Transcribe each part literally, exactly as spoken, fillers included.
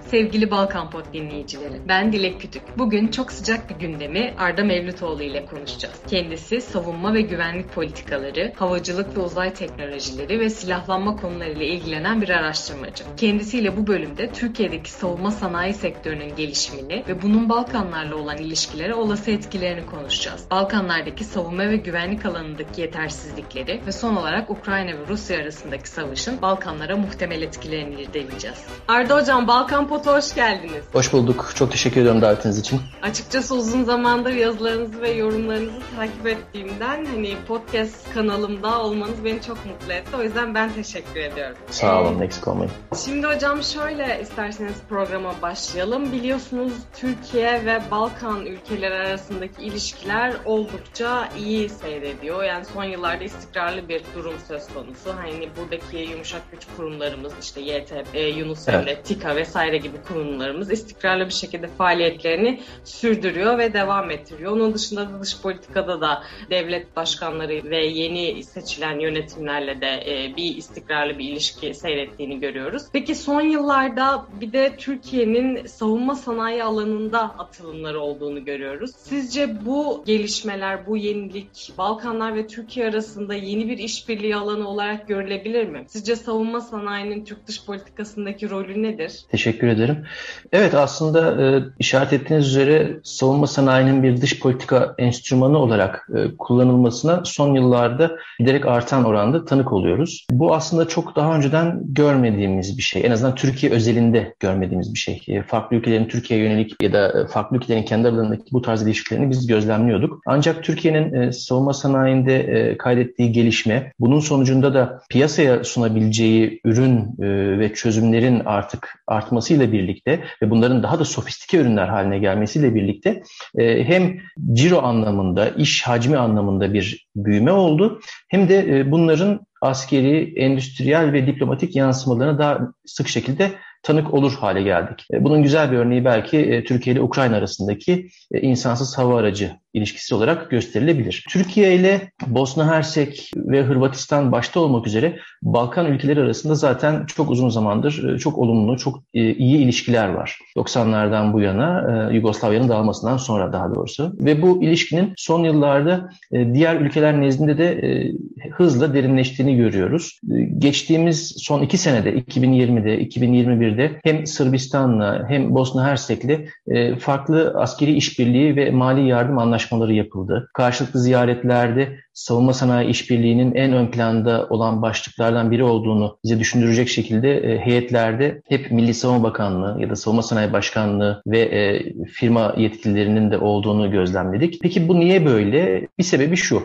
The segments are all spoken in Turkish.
Sevgili Balkan Pod dinleyicileri, ben Dilek Kütük. Bugün çok sıcak bir gündemi Arda Mevlütoğlu ile konuşacağız. Kendisi savunma ve güvenlik politikaları, havacılık ve uzay teknolojileri ve silahlanma konularıyla ilgilenen bir araştırmacı. Kendisiyle bu bölümde Türkiye'deki savunma sanayi sektörünün gelişimini ve bunun Balkanlarla olan ilişkilere olası etkilerini konuşacağız. Balkanlardaki savunma ve güvenlik alanındaki yetersizlikleri ve son olarak Ukrayna ve Rusya arasındaki savaşın Balkanlara muhtemel etkilerini irdeleyeceğiz. Arda Hocam, Balkan Pod'a hoş geldiniz. Hoş bulduk. Çok teşekkür ediyorum davetiniz için. Açıkçası uzun zamandır yazılarınızı ve yorumlarınızı takip ettiğimden hani podcast kanalımda olmanız beni çok mutlu etti. O yüzden ben teşekkür ediyorum. Sağ olun, eksik olmayın. Şimdi hocam şöyle isterseniz programa başlayalım. Biliyorsunuz Türkiye ve Balkan ülkeleri arasındaki ilişkiler oldukça iyi seyrediyor. Yani son yıllarda istikrarlı bir durum söz konusu. Hani buradaki yumuşak güç kurumlarımız işte Y T P, Yunus Emre, evet. TİKA vesaire gibi kurumlarımız istikrarlı bir şekilde faaliyetlerini sürdürüyor ve devam ettiriyor. Onun dışında da dış politikada da devlet başkanları ve yeni seçilen yönetimlerle de bir istikrarlı bir ilişki seyrettiğini görüyoruz. Peki son yıllarda bir de Türkiye'nin savunma sanayi alanında atılımları olduğunu görüyoruz. Sizce bu gelişmeler, bu yenilik Balkanlar ve Türkiye arasında yeni bir işbirliği alanı olarak görülebilir mi? Sizce savunma sanayinin Türk dış politikasındaki rolü nedir? Teşekkür ederim. Evet, aslında e, işaret ettiğiniz üzere savunma sanayinin bir dış politika enstrümanı olarak e, kullanılmasına son yıllarda giderek artan oranda tanık oluyoruz. Bu aslında çok daha önceden görmediğimiz bir şey. En azından Türkiye özelinde görmediğimiz bir şey. E, farklı ülkelerin Türkiye'ye yönelik ya da farklı ülkelerin kendi aralarındaki bu tarz ilişkilerini biz gözlemliyorduk. Ancak Türkiye'nin e, savunma sanayinde e, kaydettiği gelişme, bunun sonucunda da piyasaya sunabileceği ürün e, ve çözümlerin artık artmasıyla birlikte ve bunların daha da sofistike ürünler haline gelmesiyle birlikte e, hem ciro anlamında, iş hacmi anlamında bir büyüme oldu, hem de e, bunların askeri, endüstriyel ve diplomatik yansımalarına daha sık şekilde tanık olur hale geldik. Bunun güzel bir örneği belki Türkiye ile Ukrayna arasındaki insansız hava aracı ilişkisi olarak gösterilebilir. Türkiye ile Bosna Hersek ve Hırvatistan başta olmak üzere Balkan ülkeleri arasında zaten çok uzun zamandır çok olumlu, çok iyi ilişkiler var. doksanlardan bu yana, Yugoslavya'nın dağılmasından sonra daha doğrusu. Ve bu ilişkinin son yıllarda diğer ülkeler nezdinde de hızla derinleştiğini görüyoruz. Geçtiğimiz son iki senede, iki bin yirmide, iki bin yirmi birde hem Sırbistan'la hem Bosna Hersek'le farklı askeri işbirliği ve mali yardım anlaşmaları yapıldı. Karşılıklı ziyaretlerde savunma sanayi işbirliğinin en ön planda olan başlıklardan biri olduğunu bize düşündürecek şekilde heyetlerde hep Milli Savunma Bakanlığı ya da Savunma Sanayi Başkanlığı ve firma yetkililerinin de olduğunu gözlemledik. Peki bu niye böyle? Bir sebebi şu.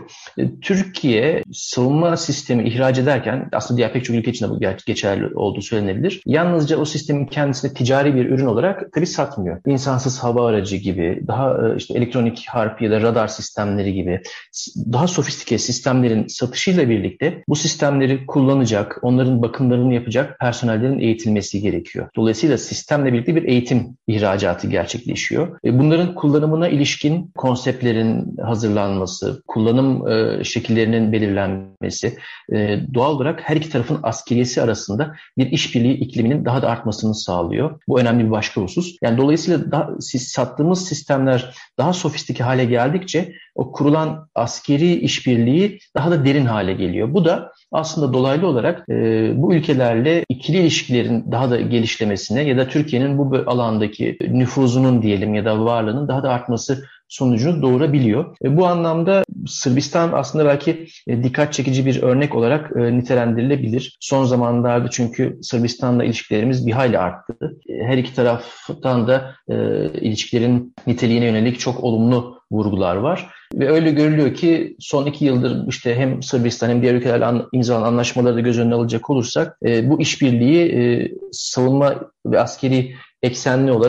Türkiye savunma sistemi ihraç ederken, aslında diğer pek çok ülke için de bu geçerli olduğu söylenebilir. Yalnızca o sistemin kendisini ticari bir ürün olarak tabii satmıyor. İnsansız hava aracı gibi, daha işte elektronik harp ya da radar sistemleri gibi daha sofistike sistemlerin satışıyla birlikte bu sistemleri kullanacak, onların bakımlarını yapacak personellerin eğitilmesi gerekiyor. Dolayısıyla sistemle birlikte bir eğitim ihracatı gerçekleşiyor. Bunların kullanımına ilişkin konseptlerin hazırlanması, kullanım şekillerinin belirlenmesi, doğal olarak her iki tarafın askeriyesi arasında bir işbirliği ikliminin daha da artmasını sağlıyor. Bu önemli bir başka husus. Yani dolayısıyla daha, sattığımız sistemler daha sofistike hale geldikçe o kurulan askeri işbirliği daha da derin hale geliyor. Bu da aslında dolaylı olarak e, bu ülkelerle ikili ilişkilerin daha da gelişlemesine ya da Türkiye'nin bu alandaki nüfuzunun diyelim ya da varlığının daha da artması sonucunu doğurabiliyor. E, bu anlamda Sırbistan aslında belki e, dikkat çekici bir örnek olarak e, nitelendirilebilir. Son zamanlarda çünkü Sırbistan'la ilişkilerimiz bir hayli arttı. E, her iki taraftan da e, ilişkilerin niteliğine yönelik çok olumlu vurgular var. Ve öyle görülüyor ki son iki yıldır işte hem Sırbistan hem diğer ülkelerle an, imzalanan anlaşmaları da göz önüne alacak olursak e, bu işbirliği e, savunma ve askeri eksenli olarak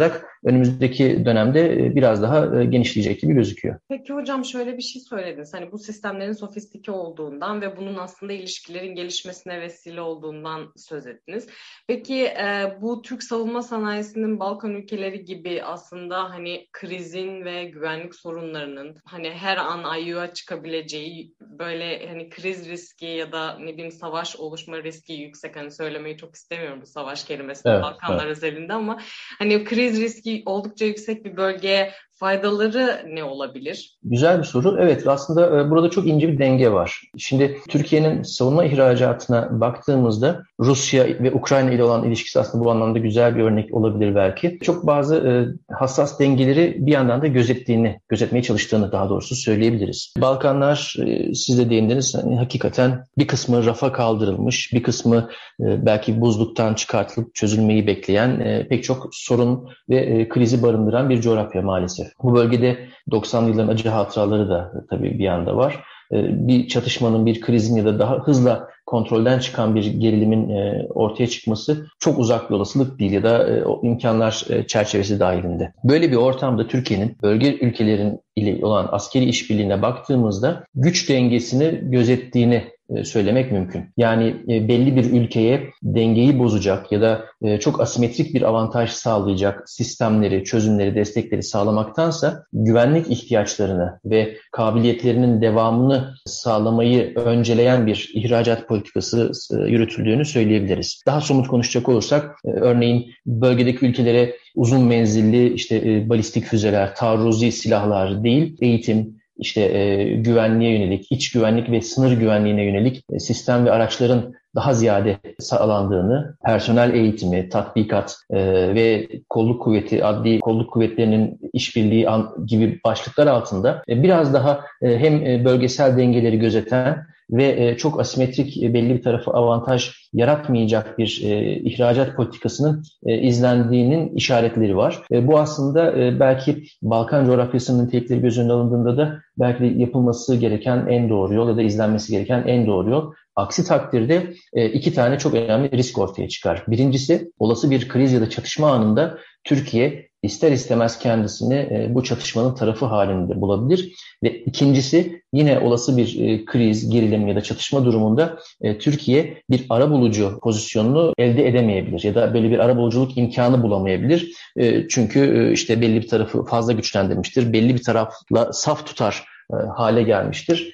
önümüzdeki dönemde biraz daha genişleyecek gibi gözüküyor. Peki hocam şöyle bir şey söylediniz. Hani bu sistemlerin sofistike olduğundan ve bunun aslında ilişkilerin gelişmesine vesile olduğundan söz ettiniz. Peki e, bu Türk savunma sanayisinin Balkan ülkeleri gibi aslında hani krizin ve güvenlik sorunlarının hani her an ayyuğa çıkabileceği böyle hani kriz riski ya da ne bileyim savaş oluşma riski yüksek, hani söylemeyi çok istemiyorum bu savaş kelimesini Evet, Balkanlar evet. özelinde ama hani kriz riski oldukça yüksek bir bölgeye faydaları ne olabilir? Güzel bir soru. Evet, aslında burada çok ince bir denge var. Şimdi Türkiye'nin savunma ihracatına baktığımızda Rusya ve Ukrayna ile olan ilişkisi aslında bu anlamda güzel bir örnek olabilir belki. Çok bazı e, hassas dengeleri bir yandan da gözettiğini, gözetmeye çalıştığını daha doğrusu söyleyebiliriz. Balkanlar, e, siz de değindiniz, hani hakikaten bir kısmı rafa kaldırılmış, bir kısmı e, belki buzluktan çıkartılıp çözülmeyi bekleyen e, pek çok sorun ve e, krizi barındıran bir coğrafya maalesef. Bu bölgede doksanlı yılların acı hatıraları da tabii bir yanda var. Bir çatışmanın, bir krizin ya da daha hızla kontrolden çıkan bir gerilimin ortaya çıkması çok uzak bir olasılık değil ya da o imkanlar çerçevesi dahilinde. Böyle bir ortamda Türkiye'nin bölge ülkelerin ile olan askeri işbirliğine baktığımızda güç dengesini gözettiğini söylemek mümkün. Yani belli bir ülkeye dengeyi bozacak ya da çok asimetrik bir avantaj sağlayacak sistemleri, çözümleri, destekleri sağlamaktansa güvenlik ihtiyaçlarını ve kabiliyetlerinin devamını sağlamayı önceleyen bir ihracat politikası yürütüldüğünü söyleyebiliriz. Daha somut konuşacak olursak örneğin bölgedeki ülkelere uzun menzilli işte balistik füzeler, taarruzi silahlar değil, eğitim, İşte e, güvenliğe yönelik, iç güvenlik ve sınır güvenliğine yönelik e, sistem ve araçların daha ziyade sağlandığını, personel eğitimi, tatbikat e, ve kolluk kuvveti, adli kolluk kuvvetlerinin işbirliği an, gibi başlıklar altında e, biraz daha e, hem e, bölgesel dengeleri gözeten ve e, çok asimetrik e, belli bir tarafı avantaj yaratmayacak bir e, ihracat politikasının e, izlendiğinin işaretleri var. E, bu aslında e, belki Balkan coğrafyasının nitelikleri göz önüne alındığında da belki de yapılması gereken en doğru yol ya da izlenmesi gereken en doğru yol. Aksi takdirde e, iki tane çok önemli risk ortaya çıkar. Birincisi, olası bir kriz ya da çatışma anında Türkiye ister istemez kendisini e, bu çatışmanın tarafı halinde bulabilir. Ve ikincisi, yine olası bir e, kriz, gerilim ya da çatışma durumunda e, Türkiye bir arabulucu pozisyonunu elde edemeyebilir ya da böyle bir arabuluculuk imkanı bulamayabilir. E, çünkü e, işte belli bir tarafı fazla güçlendirmiştir, belli bir tarafla saf tutar hale gelmiştir.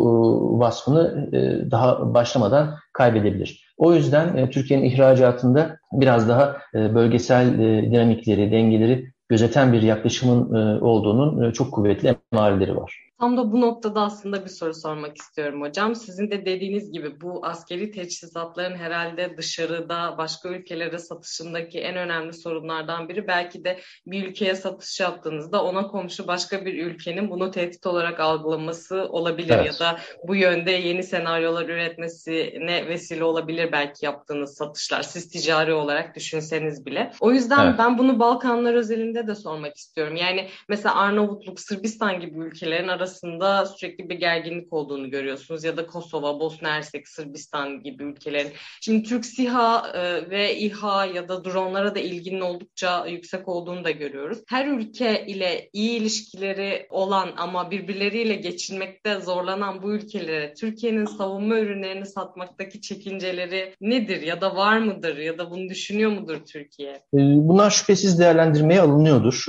Bu vasfını daha başlamadan kaybedebilir. O yüzden Türkiye'nin ihracatında biraz daha bölgesel dinamikleri, dengeleri gözeten bir yaklaşımın olduğunun çok kuvvetli emareleri var. Tam da bu noktada aslında bir soru sormak istiyorum hocam. Sizin de dediğiniz gibi bu askeri teçhizatların herhalde dışarıda başka ülkelere satışındaki en önemli sorunlardan biri, belki de bir ülkeye satış yaptığınızda ona komşu başka bir ülkenin bunu tehdit olarak algılaması olabilir, evet. Ya da bu yönde yeni senaryolar üretmesine vesile olabilir belki yaptığınız satışlar, siz ticari olarak düşünseniz bile. O yüzden evet. Ben bunu Balkanlar özelinde de sormak istiyorum. Yani mesela Arnavutluk, Sırbistan gibi ülkelerin arasında arasında sürekli bir gerginlik olduğunu görüyorsunuz ya da Kosova, Bosna Hersek, Sırbistan gibi ülkelerin. Şimdi Türk SİHA e, ve İHA ya da dronlara da ilginin oldukça yüksek olduğunu da görüyoruz. Her ülke ile iyi ilişkileri olan ama birbirleriyle geçinmekte zorlanan bu ülkelere Türkiye'nin savunma ürünlerini satmaktaki çekinceleri nedir ya da var mıdır ya da bunu düşünüyor mudur Türkiye? Bunlar şüphesiz değerlendirmeye alınıyordur.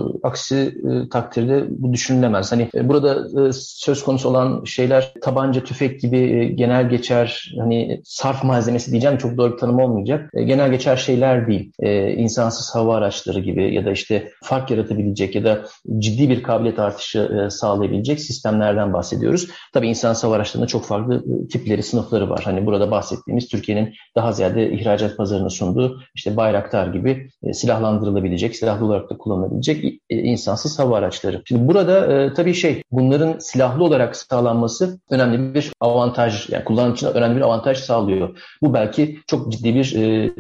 Aksi takdirde bu düşünülemez. Hani burada söz konusu olan şeyler tabanca, tüfek gibi genel geçer, hani sarf malzemesi diyeceğim, çok doğru bir tanım olmayacak. Genel geçer şeyler değil. İnsansız hava araçları gibi ya da işte fark yaratabilecek ya da ciddi bir kabiliyet artışı sağlayabilecek sistemlerden bahsediyoruz. Tabii insansız hava araçlarında çok farklı tipleri, sınıfları var. Hani burada bahsettiğimiz Türkiye'nin daha ziyade ihracat pazarına sunduğu işte Bayraktar gibi silahlandırılabilecek, silahlı olarak da kullanılabilecek insansız hava araçları. Şimdi burada tabii şey, bunların silahlı olarak sağlanması önemli bir avantaj, yani kullanıcı için önemli bir avantaj sağlıyor. Bu belki çok ciddi bir e,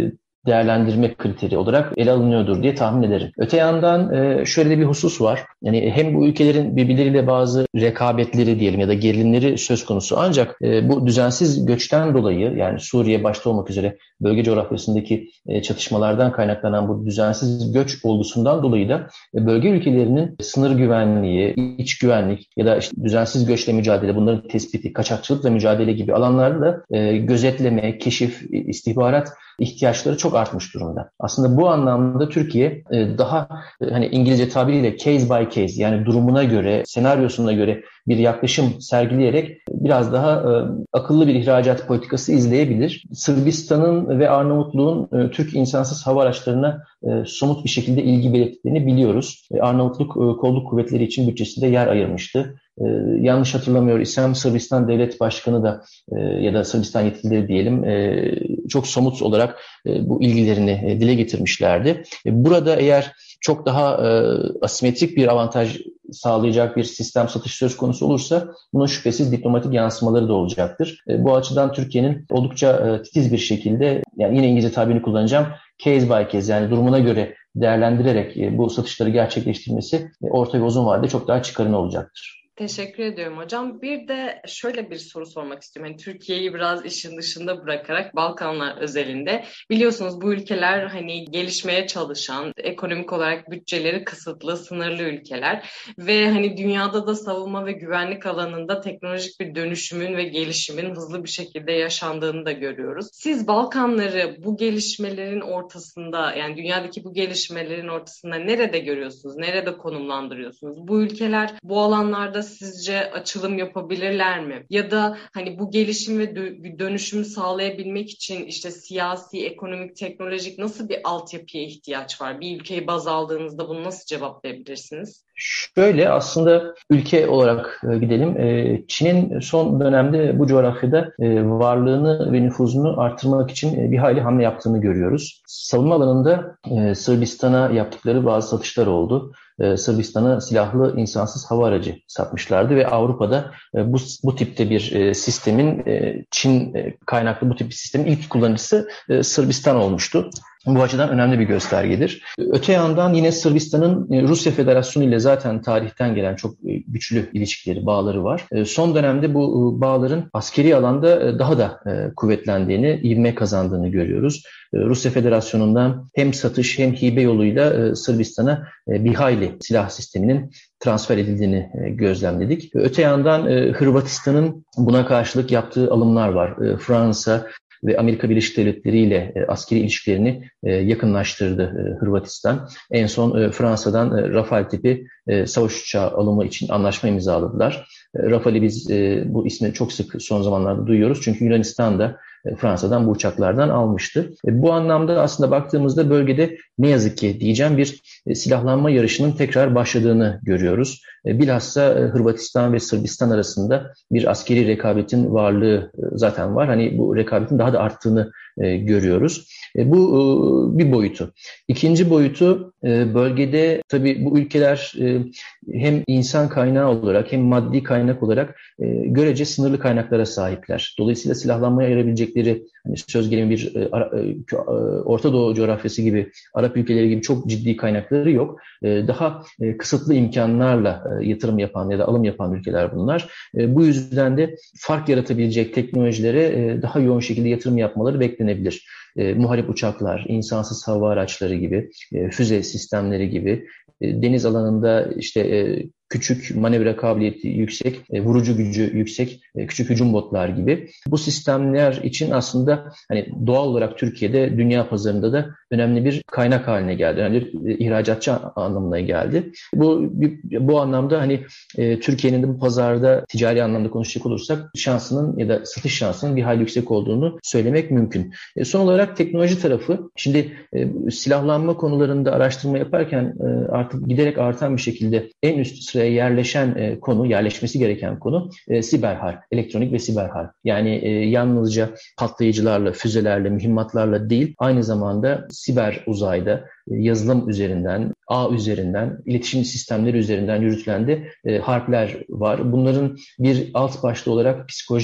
değerlendirme kriteri olarak ele alınıyordur diye tahmin ederim. Öte yandan e, şöyle de bir husus var. Yani hem bu ülkelerin birbirleriyle bazı rekabetleri diyelim ya da gerilimleri söz konusu. Ancak e, bu düzensiz göçten dolayı, yani Suriye başta olmak üzere bölge coğrafyasındaki e, çatışmalardan kaynaklanan bu düzensiz göç olgusundan dolayı da e, bölge ülkelerinin sınır güvenliği, iç güvenlik ya da işte düzensiz göçle mücadele, bunların tespiti, kaçakçılıkla mücadele gibi alanlarda da e, gözetleme, keşif, istihbarat ihtiyaçları çok artmış durumda. Aslında bu anlamda Türkiye e, daha e, hani İngilizce tabiriyle case by case, yani durumuna göre, senaryosuna göre bir yaklaşım sergileyerek biraz daha e, akıllı bir ihracat politikası izleyebilir. Sırbistan'ın ve Arnavutluğun e, Türk insansız hava araçlarına e, somut bir şekilde ilgi belirttiğini biliyoruz. E, Arnavutluk e, kolluk kuvvetleri için bütçesinde yer ayırmıştı. Ee, yanlış hatırlamıyor isem Sırbistan Devlet Başkanı da e, ya da Sırbistan yetkilileri diyelim e, çok somut olarak e, bu ilgilerini e, dile getirmişlerdi. E, burada eğer çok daha e, asimetrik bir avantaj sağlayacak bir sistem satış söz konusu olursa bunun şüphesiz diplomatik yansımaları da olacaktır. E, bu açıdan Türkiye'nin oldukça e, titiz bir şekilde, yani yine İngilizce tabirini kullanacağım, case by case, yani durumuna göre değerlendirerek e, bu satışları gerçekleştirmesi e, orta ve uzun vadede çok daha çıkarını olacaktır. Teşekkür ediyorum hocam. Bir de şöyle bir soru sormak istiyorum. Yani Türkiye'yi biraz işin dışında bırakarak Balkanlar özelinde, biliyorsunuz bu ülkeler hani gelişmeye çalışan, ekonomik olarak bütçeleri kısıtlı, sınırlı ülkeler ve hani dünyada da savunma ve güvenlik alanında teknolojik bir dönüşümün ve gelişimin hızlı bir şekilde yaşandığını da görüyoruz. Siz Balkanları bu gelişmelerin ortasında, yani dünyadaki bu gelişmelerin ortasında nerede görüyorsunuz? Nerede konumlandırıyorsunuz? Bu ülkeler bu alanlarda sizce açılım yapabilirler mi? Ya da hani bu gelişim ve dönüşümü sağlayabilmek için işte siyasi, ekonomik, teknolojik nasıl bir altyapıya ihtiyaç var? Bir ülkeyi baz aldığınızda bunu nasıl cevaplayabilirsiniz? Şöyle, aslında ülke olarak gidelim. Çin'in son dönemde bu coğrafyada varlığını ve nüfuzunu artırmak için bir hayli hamle yaptığını görüyoruz. Savunma alanında Sırbistan'a yaptıkları bazı satışlar oldu. Sırbistan'a silahlı insansız hava aracı satmışlardı ve Avrupa'da bu, bu tipte bir sistemin, Çin kaynaklı bu tip bir sistemin ilk kullanıcısı Sırbistan olmuştu. Bu açıdan önemli bir göstergedir. Öte yandan yine Sırbistan'ın Rusya Federasyonu ile zaten tarihten gelen çok güçlü ilişkileri, bağları var. Son dönemde bu bağların askeri alanda daha da kuvvetlendiğini, ivme kazandığını görüyoruz. Rusya Federasyonu'ndan hem satış hem hibe yoluyla Sırbistan'a bir hayli silah sisteminin transfer edildiğini gözlemledik. Öte yandan Hırvatistan'ın buna karşılık yaptığı alımlar var. Fransa ve Amerika Birleşik Devletleri ile e, askeri ilişkilerini e, yakınlaştırdı e, Hırvatistan. En son e, Fransa'dan e, Rafale tipi e, savaş uçağı alımı için anlaşma imzaladılar. E, Rafale'i biz e, bu ismi çok sık son zamanlarda duyuyoruz. Çünkü Yunanistan da e, Fransa'dan bu uçaklardan almıştı. E, bu anlamda aslında baktığımızda bölgede ne yazık ki diyeceğim bir e, silahlanma yarışının tekrar başladığını görüyoruz. E, bilhassa e, Hırvatistan ve Sırbistan arasında bir askeri rekabetin varlığı e, zaten var. Hani bu rekabetin daha da arttığını e, görüyoruz. E, bu e, bir boyutu. İkinci boyutu, e, bölgede tabii bu ülkeler e, hem insan kaynağı olarak hem maddi kaynak olarak e, görece sınırlı kaynaklara sahipler. Dolayısıyla silahlanmaya ayırabilecekleri, hani söz gelimi bir e, e, Orta Doğu coğrafyası gibi, Arap ülkeleri gibi çok ciddi kaynakları yok. E, daha e, kısıtlı imkanlarla e, yatırım yapan ya da alım yapan ülkeler bunlar. E, bu yüzden de fark yaratabilecek teknolojilere e, daha yoğun şekilde yatırım yapmaları beklenebilir. E, muharip uçaklar, insansız hava araçları gibi, e, füze sistemleri gibi, e, deniz alanında işte e, küçük, manevra kabiliyeti yüksek, e, vurucu gücü yüksek, e, küçük hücum botlar gibi. Bu sistemler için aslında hani doğal olarak Türkiye'de dünya pazarında da önemli bir kaynak haline geldi. Yani bir e, ihracatçı anlamına geldi. Bu bu anlamda hani e, Türkiye'nin de bu pazarda ticari anlamda konuşacak olursak şansının ya da satış şansının bir hayli yüksek olduğunu söylemek mümkün. E, son olarak teknoloji tarafı. Şimdi e, silahlanma konularında araştırma yaparken e, artık giderek artan bir şekilde en üst sıraya yerleşen e, konu, yerleşmesi gereken konu e, siber harp, elektronik ve siber harp. Yani e, yalnızca patlayıcılarla, füzelerle, mühimmatlarla değil, aynı zamanda siber uzayda, e, yazılım üzerinden, ağ üzerinden, iletişim sistemleri üzerinden yürütülen de e, harpler var. Bunların bir alt başlığı olarak psikolojik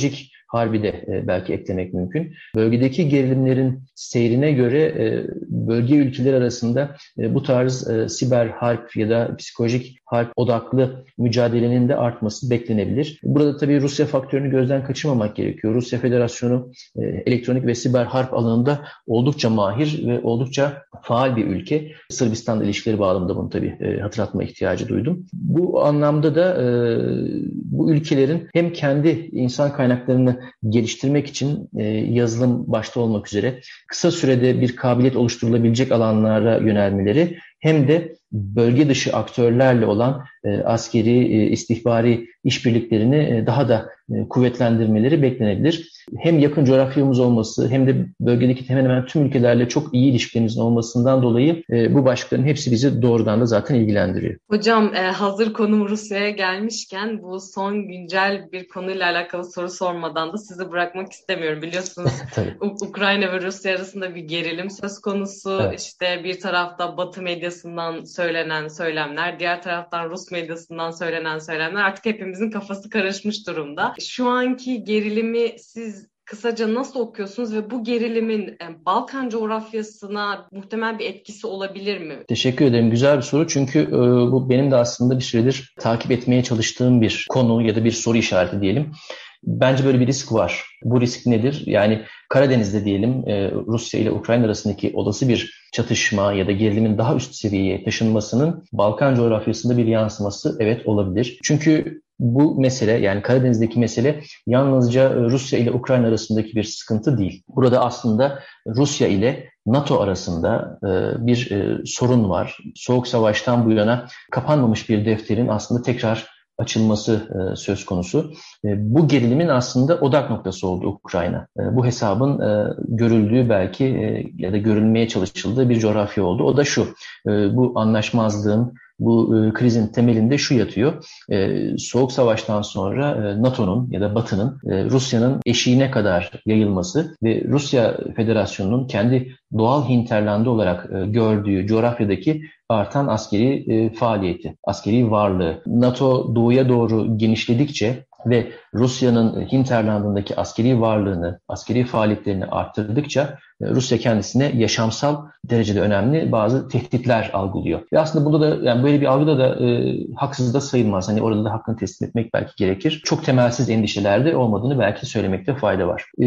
Harbi de e, belki eklemek mümkün. Bölgedeki gerilimlerin seyrine göre e, bölge ülkeleri arasında e, bu tarz e, siber harp ya da psikolojik harp odaklı mücadelenin de artması beklenebilir. Burada tabii Rusya faktörünü gözden kaçırmamak gerekiyor. Rusya Federasyonu e, elektronik ve siber harp alanında oldukça mahir ve oldukça faal bir ülke. Sırbistan'la ilişkileri bağlamında bunu tabii e, hatırlatma ihtiyacı duydum. Bu anlamda da e, bu ülkelerin hem kendi insan kaynaklarını geliştirmek için e, yazılım başta olmak üzere kısa sürede bir kabiliyet oluşturulabilecek alanlara yönelmeleri hem de bölge dışı aktörlerle olan e, askeri, e, istihbari işbirliklerini e, daha da e, kuvvetlendirmeleri beklenebilir. Hem yakın coğrafyamız olması hem de bölgedeki hemen hemen tüm ülkelerle çok iyi ilişkilerimizin olmasından dolayı e, bu başlıkların hepsi bizi doğrudan da zaten ilgilendiriyor. Hocam e, hazır konum Rusya'ya gelmişken bu son güncel bir konuyla alakalı soru sormadan da sizi bırakmak istemiyorum. Biliyorsunuz U- Ukrayna ve Rusya arasında bir gerilim söz konusu. Evet. İşte bir tarafta Batı medyasından söylenen söylemler, diğer taraftan Rus medyasından söylenen söylemler, artık hepimizin kafası karışmış durumda. Şu anki gerilimi siz kısaca nasıl okuyorsunuz ve bu gerilimin Balkan coğrafyasına muhtemel bir etkisi olabilir mi? Teşekkür ederim. Güzel bir soru. Çünkü e, bu benim de aslında bir süredir takip etmeye çalıştığım bir konu ya da bir soru işareti diyelim. Bence böyle bir risk var. Bu risk nedir? Yani Karadeniz'de diyelim e, Rusya ile Ukrayna arasındaki olası bir çatışma ya da gerilimin daha üst seviyeye taşınmasının Balkan coğrafyasında bir yansıması evet olabilir. Çünkü bu mesele, yani Karadeniz'deki mesele yalnızca Rusya ile Ukrayna arasındaki bir sıkıntı değil. Burada aslında Rusya ile NATO arasında e, bir e, sorun var. Soğuk Savaş'tan bu yana kapanmamış bir defterin aslında tekrar açılması e, söz konusu. E, bu gerilimin aslında odak noktası oldu Ukrayna. E, bu hesabın e, görüldüğü belki e, ya da görülmeye çalışıldığı bir coğrafya oldu. O da şu, e, bu anlaşmazlığın, bu e, krizin temelinde şu yatıyor. E, Soğuk Savaş'tan sonra e, NATO'nun ya da Batı'nın e, Rusya'nın eşiğine kadar yayılması ve Rusya Federasyonu'nun kendi doğal hinterlandı olarak e, gördüğü coğrafyadaki artan askeri e, faaliyeti, askeri varlığı. NATO doğuya doğru genişledikçe ve Rusya'nın hinterlandındaki askeri varlığını, askeri faaliyetlerini arttırdıkça Rusya kendisine yaşamsal derecede önemli bazı tehditler algılıyor. Ve aslında bunda da, yani böyle bir algıda da e, haksız da sayılmaz. Hani orada da hakkını teslim etmek belki gerekir. Çok temelsiz endişelerde olmadığını belki söylemekte fayda var. E,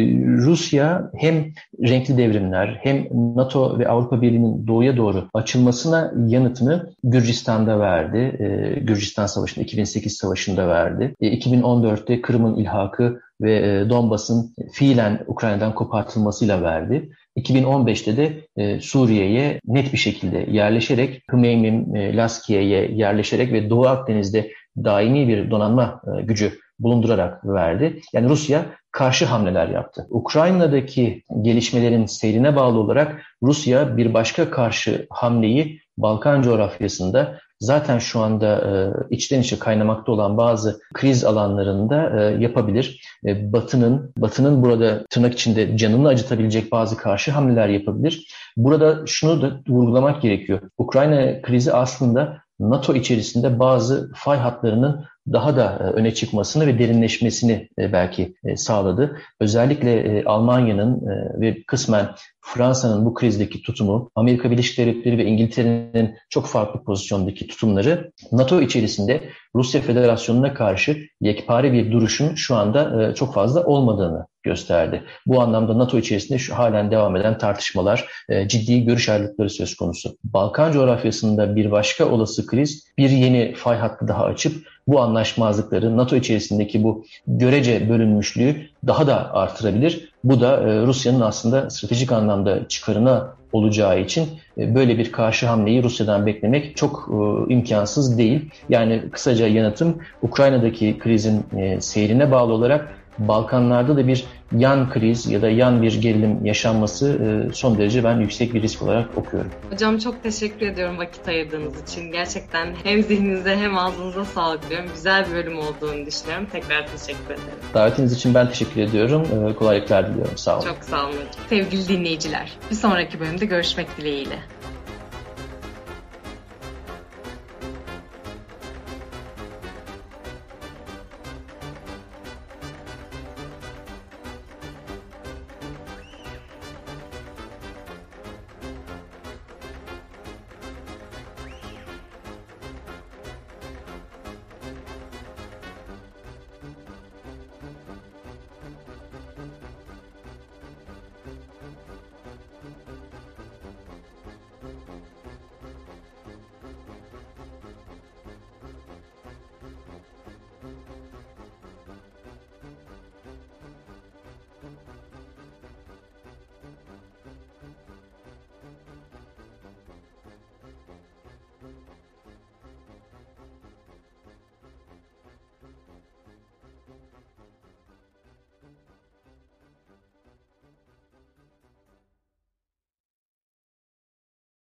Rusya hem renkli devrimler hem NATO ve Avrupa Birliği'nin doğuya doğru açılmasına yanıtını Gürcistan'da verdi. E, Gürcistan Savaşı'nda, iki bin sekiz Savaşı'nda verdi. E, iki bin on dörtte Kırım'ın ilhakı ve Donbas'ın fiilen Ukrayna'dan kopartılmasıyla verdi. iki bin on beşte de e, Suriye'ye net bir şekilde yerleşerek, Hmeymim, e, Laskiye'ye yerleşerek ve Doğu Akdeniz'de daimi bir donanma e, gücü bulundurarak verdi. Yani Rusya karşı hamleler yaptı. Ukrayna'daki gelişmelerin seyrine bağlı olarak Rusya bir başka karşı hamleyi Balkan coğrafyasında zaten şu anda e, içten içe kaynamakta olan bazı kriz alanlarında e, yapabilir. E, Batı'nın Batı'nın burada tırnak içinde canını acıtabilecek bazı karşı hamleler yapabilir. Burada şunu da vurgulamak gerekiyor. Ukrayna krizi aslında NATO içerisinde bazı fay hatlarının daha da öne çıkmasını ve derinleşmesini belki sağladı. Özellikle Almanya'nın ve kısmen Fransa'nın bu krizdeki tutumu, Amerika Birleşik Devletleri ve İngiltere'nin çok farklı pozisyondaki tutumları NATO içerisinde Rusya Federasyonu'na karşı yekpare bir duruşun şu anda çok fazla olmadığını gösterdi. Bu anlamda NATO içerisinde şu halen devam eden tartışmalar, ciddi görüş ayrılıkları söz konusu. Balkan coğrafyasında bir başka olası kriz bir yeni fay hattı daha açıp bu anlaşmazlıkları, NATO içerisindeki bu görece bölünmüşlüğü daha da artırabilir. Bu da Rusya'nın aslında stratejik anlamda çıkarına olacağı için böyle bir karşı hamleyi Rusya'dan beklemek çok imkansız değil. Yani kısaca yanıtım, Ukrayna'daki krizin seyrine bağlı olarak Balkanlarda da bir yan kriz ya da yan bir gerilim yaşanması son derece ben yüksek bir risk olarak okuyorum. Hocam çok teşekkür ediyorum vakit ayırdığınız için. Gerçekten hem zihninize hem ağzınıza sağlık diyorum. Güzel bir bölüm olduğunu düşünüyorum. Tekrar teşekkür ederim. Davetiniz için ben teşekkür ediyorum. Kolaylıklar diliyorum. Sağ olun. Çok sağ olun. Sevgili dinleyiciler, bir sonraki bölümde görüşmek dileğiyle.